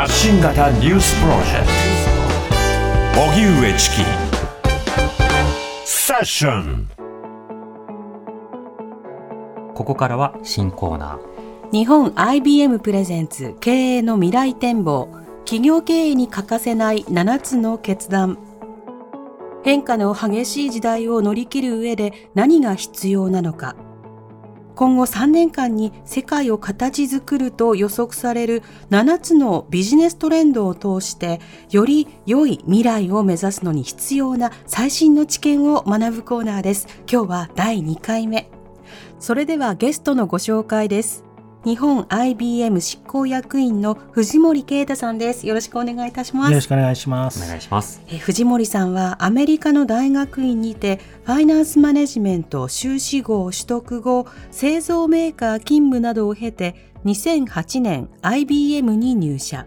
信型ニュースプロジェクト荻上チキセッション。 ここからは新コーナー、 日本 IBM プレゼンツ経営の未来展望、企業経営に欠かせない7つの決断。変化の激しい時代を乗り切る上で何が必要なのか。今後3年間に世界を形作ると予測される7つのビジネストレンドを通して、より良い未来を目指すのに必要な最新の知見を学ぶコーナーです。今日は第2回目。それではゲストのご紹介です。日本 IBM 執行役員の藤森啓太さんです。よろしくお願いいたします。 よろしくお願いします。 お願いします。 藤森さんはアメリカの大学院にてファイナンスマネジメント修士号取得後、製造メーカー勤務などを経て2008年 IBM に入社。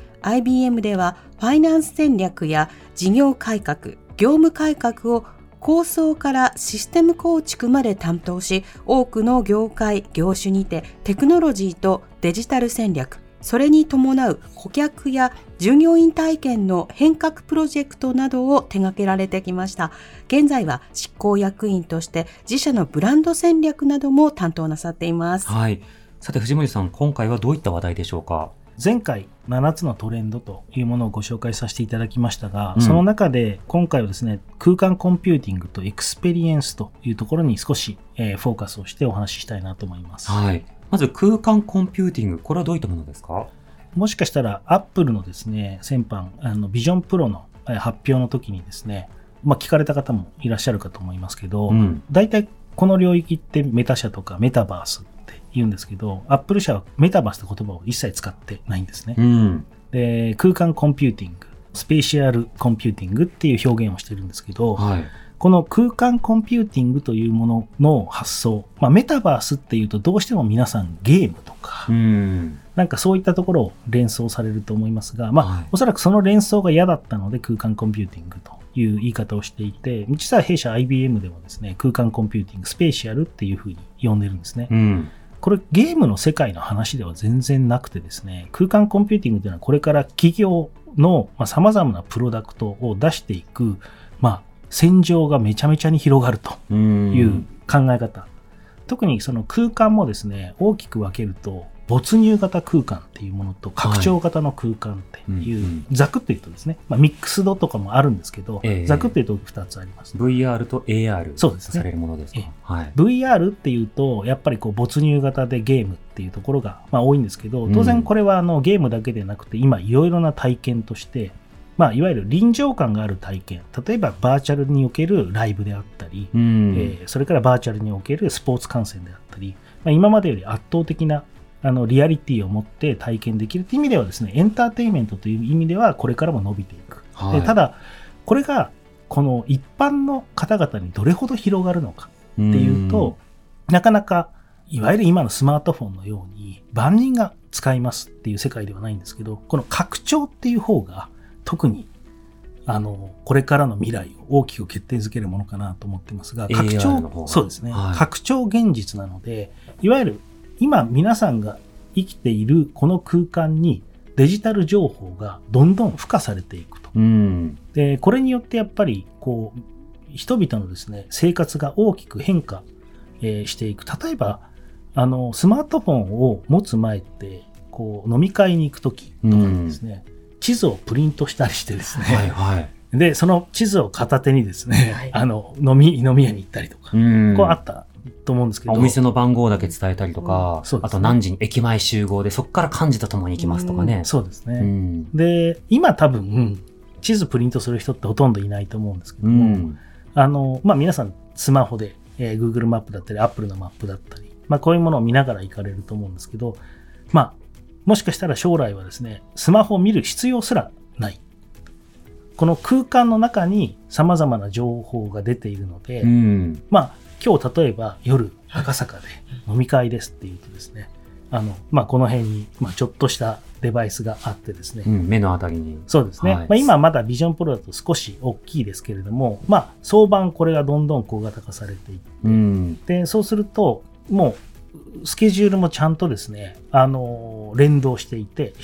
IBM ではファイナンス戦略や事業改革、業務改革を構想からシステム構築まで担当し、多くの業界・業種にてテクノロジーとデジタル戦略、それに伴う顧客や従業員体験の変革プロジェクトなどを手掛けられてきました。現在は執行役員として自社のブランド戦略なども担当なさっています。 はい。さて藤森さん、今回はどういった話題でしょうか？ 前回7つのトレンドというものをご紹介させていただきましたが、その中で今回はですね、空間コンピューティングとエクスペリエンスというところに少し、フォーカスをしてお話ししたいなと思います。 はい。まず空間コンピューティング、これはどういったものですか？ もしかしたらアップルのですね、先般ビジョンプロの発表の時にですね、聞かれた方もいらっしゃるかと思いますけど、大体この領域ってメタ社とかメタバースって言うんですけど、アップル社はメタバースって言葉を一切使ってないんですね。で、空間コンピューティング、スペーシアルコンピューティングっていう表現をしてるんですけど、この空間コンピューティングというものの発想、メタバースっていうとどうしても皆さんゲームとか、なんかそういったところを連想されると思いますが、おそらくその連想が嫌だったので空間コンピューティングという言い方をしていて、実は弊社 IBM でもですね、空間コンピューティング、スペーシアルっていうふうに呼んでるんですね。これゲームの世界の話では全然なくてですね、空間コンピューティングというのはこれから企業の様々なプロダクトを出していく、戦場がめちゃめちゃに広がるという考え方。特にその空間もですね、大きく分けると没入型空間っていうものと拡張型の空間っていう、ざくっと言うとですね、ミックスドとかもあるんですけど、ざくっと言うと2つあります。 VR と AR そうですね、 されるものですか？ VR っていうとやっぱり没入型でゲームっていうところが多いんですけど、当然これはゲームだけでなくて今いろいろな体験としていわゆる臨場感がある体験、例えばバーチャルにおけるライブであったり、それからバーチャルにおけるスポーツ観戦であったり、今までより圧倒的なリアリティを持って体験できるという意味ではですね、エンターテインメントという意味ではこれからも伸びていく。ただこれがこの一般の方々にどれほど広がるのかっていうと、なかなかいわゆる今のスマートフォンのように万人が使いますっていう世界ではないんですけど、この拡張っていう方が特にこれからの未来を大きく決定づけるものかなと思ってますが、拡張、そうですね、拡張現実なので、いわゆる今皆さんが生きているこの空間にデジタル情報がどんどん付加されていくと。で、これによってやっぱり人々のですね、生活が大きく変化、していく。例えばスマートフォンを持つ前って飲み会に行くときとかにですね、地図をプリントしたりしてですね、でその地図を片手にですね、飲み屋に行ったりとか、あったと思うんですけど、 お店の番号だけ伝えたりとか、あと何時に駅前集合でそこから幹事と共に行きますとかね。 そうですね。で今多分地図プリントする人ってほとんどいないと思うんですけども、皆さんスマホで、Google マップだったり Apple のマップだったり、こういうものを見ながら行かれると思うんですけど、もしかしたら将来はですね、スマホを見る必要すらない。この空間の中に様々な情報が出ているので、今日例えば夜赤坂で飲み会ですっていうとですね、この辺に、ちょっとしたデバイスがあってですね、 目のあたりに。 そうですね。今まだビジョンプロだと少し大きいですけれども、早晩これがどんどん小型化されていって、でそうするともうスケジュールもちゃんとですね、連動していて、7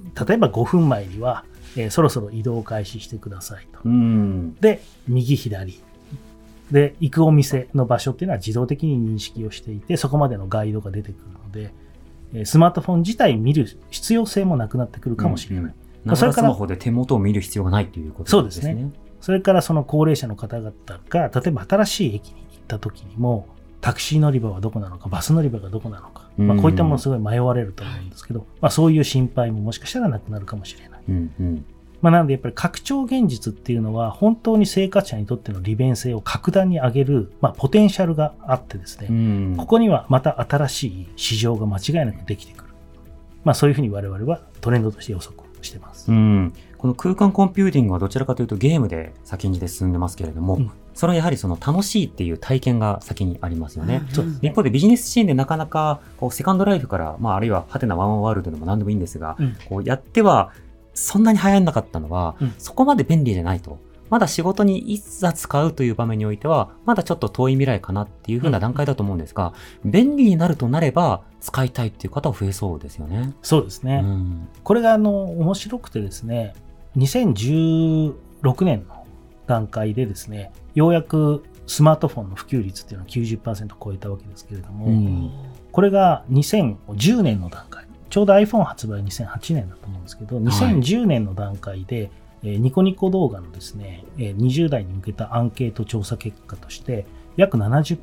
例えば5分前には、そろそろ移動開始してくださいと。 うんで、右左。で、行くお店の場所っていうのは自動的に認識をしていて、そこまでのガイドが出てくるので、スマートフォン自体見る必要性もなくなってくるかもしれない。 ながらスマホで手元を見る必要がないということですね。 そうですね。それからその高齢者の方々が、例えば新しい駅に行った時にも、タクシー乗り場はどこなのか、バス乗り場がどこなのか、こういったものすごい迷われると思うんですけど、そういう心配ももしかしたらなくなるかもしれない。なのでやっぱり拡張現実っていうのは本当に生活者にとっての利便性を格段に上げる、ポテンシャルがあってですね、ここにはまた新しい市場が間違いなくできてくる。そういうふうに我々はトレンドとして予測してます。 この空間コンピューティングはどちらかというとゲームで先にで進んでますけれども、それはやはりその楽しいっていう体験が先にありますよね。一方でビジネスシーンでなかなかこうセカンドライフから、あるいはハテナワンワールドでも何でもいいんですが、こうやってはそんなに流行んなかったのは、そこまで便利じゃないと。まだ仕事にいざ使うという場面においては、まだちょっと遠い未来かなっていう風な段階だと思うんですが、便利になるとなれば、使いたいっていう方は増えそうですよね。 そうですね。これが面白くてですね、2016年の段階でですね、ようやくスマートフォンの普及率っていうのは 90% 超えたわけですけれども、これが2010年の段階、ちょうど iPhone 発売2008年だと思うんですけど、2010年の段階で、ニコニコ動画のですね、20代に向けたアンケート調査結果として、約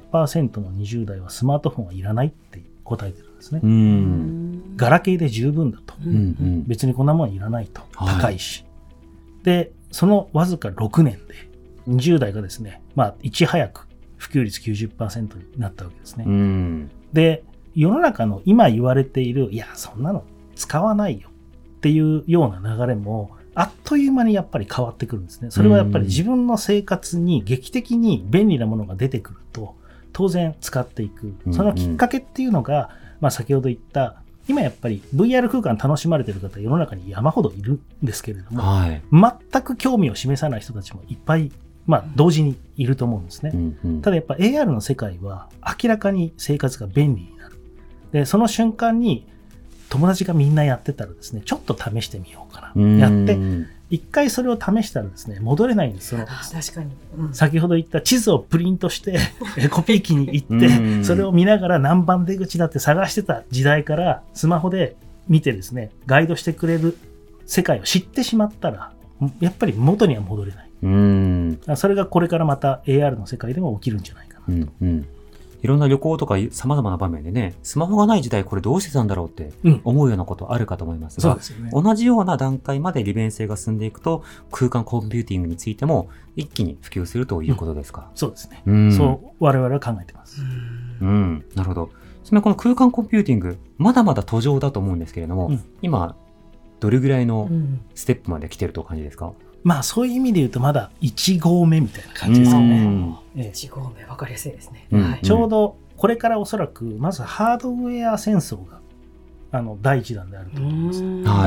70% の20代はスマートフォンはいらないって答えてるんですね。ガラケーで十分だと。別にこんなもんいらないと。高いし。で、そのわずか6年で、20代がですね、いち早く普及率 90% になったわけですね。で、世の中の今言われている、いや、そんなの使わないよっていうような流れも、あっという間にやっぱり変わってくるんですね。それはやっぱり自分の生活に劇的に便利なものが出てくると、当然使っていく。そのきっかけっていうのが、先ほど言った、今やっぱり VR 空間楽しまれている方世の中に山ほどいるんですけれども、全く興味を示さない人たちもいっぱい、同時にいると思うんですね。ただやっぱ AR の世界は明らかに生活が便利になる。で、その瞬間に友達がみんなやってたらですね、ちょっと試してみようかな。やって、一回それを試したらですね、戻れないんです。確かに。 先ほど言った地図をプリントして、コピー機に行って、それを見ながら何番出口だって探してた時代から、スマホで見てですね、ガイドしてくれる世界を知ってしまったら、やっぱり元には戻れない。それがこれからまた AR の世界でも起きるんじゃないかなと。 いろんな旅行とか様々な場面でね、スマホがない時代これどうしてたんだろうって思うようなことあるかと思いますが、同じような段階まで利便性が進んでいくと、空間コンピューティングについても一気に普及するということですか。 そうですね。そう我々は考えてます。 なるほど。ちなみにこの空間コンピューティング、まだまだ途上だと思うんですけれども、今、どれぐらいのステップまで来てるとお感じですか？ そういう意味で言うとまだ1号目みたいな感じですよね。 1号目分かりやすいですね。 ちょうどこれからおそらくまずハードウェア戦争が第一弾であると思います。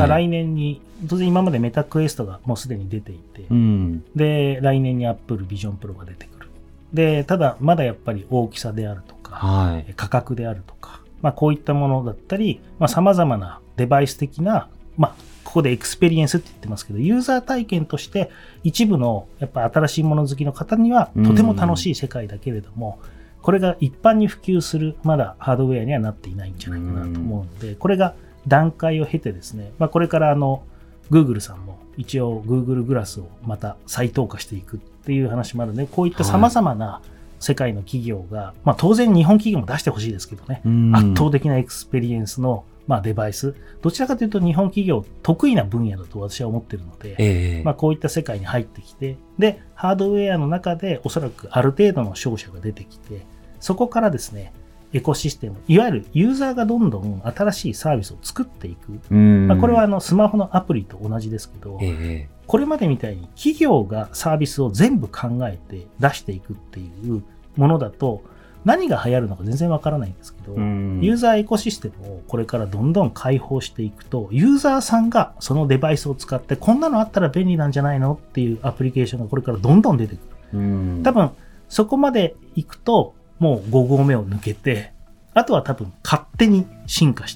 来年に当然今までメタクエストがもうすでに出ていて、で来年に Apple Vision Pro が出てくる。でただまだやっぱり大きさであるとか、価格であるとか、こういったものだったり、様々なデバイス的なここでエクスペリエンスって言ってますけど、ユーザー体験として一部のやっぱ新しいもの好きの方にはとても楽しい世界だけれども、これが一般に普及するまだハードウェアにはなっていないんじゃないかなと思うので、これが段階を経てですね、これからGoogle さんも一応 Google グラスをまた再投下していくっていう話もあるので、こういった様々な世界の企業が、当然日本企業も出してほしいですけどね、圧倒的なエクスペリエンスのデバイス、どちらかというと日本企業得意な分野だと私は思っているので、こういった世界に入ってきて、でハードウェアの中でおそらくある程度の商社が出てきて、そこからですねエコシステム、いわゆるユーザーがどんどん新しいサービスを作っていく、これはスマホのアプリと同じですけど、これまでみたいに企業がサービスを全部考えて出していくっていうものだと、何が流行るのか全然わからないんですけど、ユーザーエコシステムをこれからどんどん開放していくと、ユーザーさんがそのデバイスを使ってこんなのあったら便利なんじゃないのっていうアプリケーションがこれからどんどん出てくる。多分そこまで行くともう5合目を抜けて、あとは多分勝手に進化していく。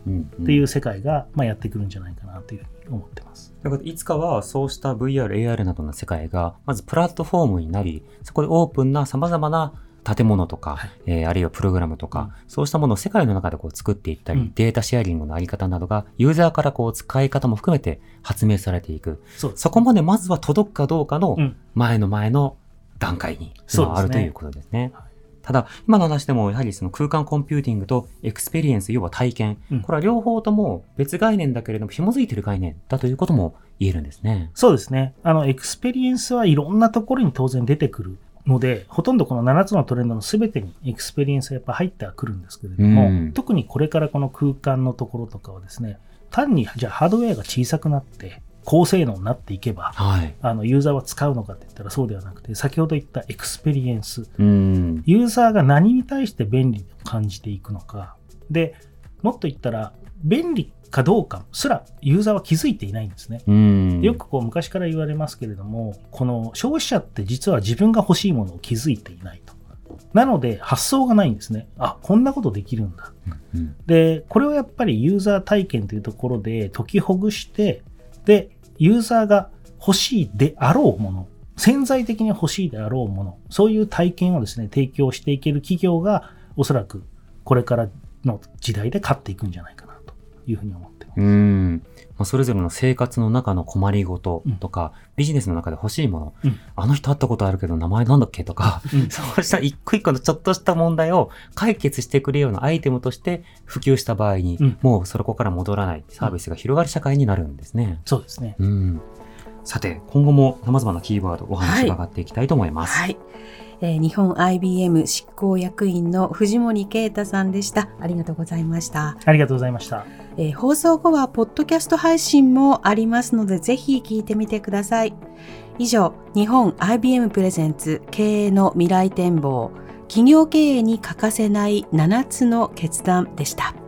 っていう世界が、やってくるんじゃないかなというふうに思ってます。 だからいつかはそうした VR、AR などの世界がまずプラットフォームになり、そこでオープンな様々な建物とか、あるいはプログラムとか、そうしたものを世界の中で作っていったり、データシェアリングのあり方などがユーザーから使い方も含めて発明されていく。そこまでまずは届くかどうかの前の段階にあるということですね。ただ、今の話でもやはりその空間コンピューティングとエクスペリエンス、要は体験、これは両方とも別概念だけれども紐づいている概念だということも言えるんですね。 そうですね。エクスペリエンスはいろんなところに当然出てくるので、ほとんどこの7つのトレンドの全てにエクスペリエンスがやっぱ入ってはくるんですけれども、特にこれからこの空間のところとかはですね、単にじゃあハードウェアが小さくなって高性能になっていけば、ユーザーは使うのかって言ったらそうではなくて、先ほど言ったエクスペリエンス、ユーザーが何に対して便利を感じていくのかで、もっと言ったら便利かどうかすらユーザーは気づいていないんですね。よく昔から言われますけれども、この消費者って実は自分が欲しいものを気づいていないと。なので発想がないんですね。あ、こんなことできるんだ。で、これをやっぱりユーザー体験というところで解きほぐして、で、ユーザーが欲しいであろうもの、潜在的に欲しいであろうもの、そういう体験をですね、提供していける企業がおそらくこれからの時代で勝っていくんじゃないかなというふうに思ってます。 それぞれの生活の中の困りごととか、ビジネスの中で欲しいもの、あの人会ったことあるけど名前なんだっけとか、そうした一個一個のちょっとした問題を解決してくれるようなアイテムとして普及した場合に、もうそこから戻らないサービスが広がる社会になるんですね。 そうですね。 さて、今後も様々なキーワードお話伺っていきたいと思います。 日本 IBM 執行役員の藤森啓太さんでした。ありがとうございました。 ありがとうございました。 放送後はポッドキャスト配信もありますので、ぜひ聞いてみてください。以上、日本 IBM プレゼンツ経営の未来展望、企業経営に欠かせない7つの決断でした。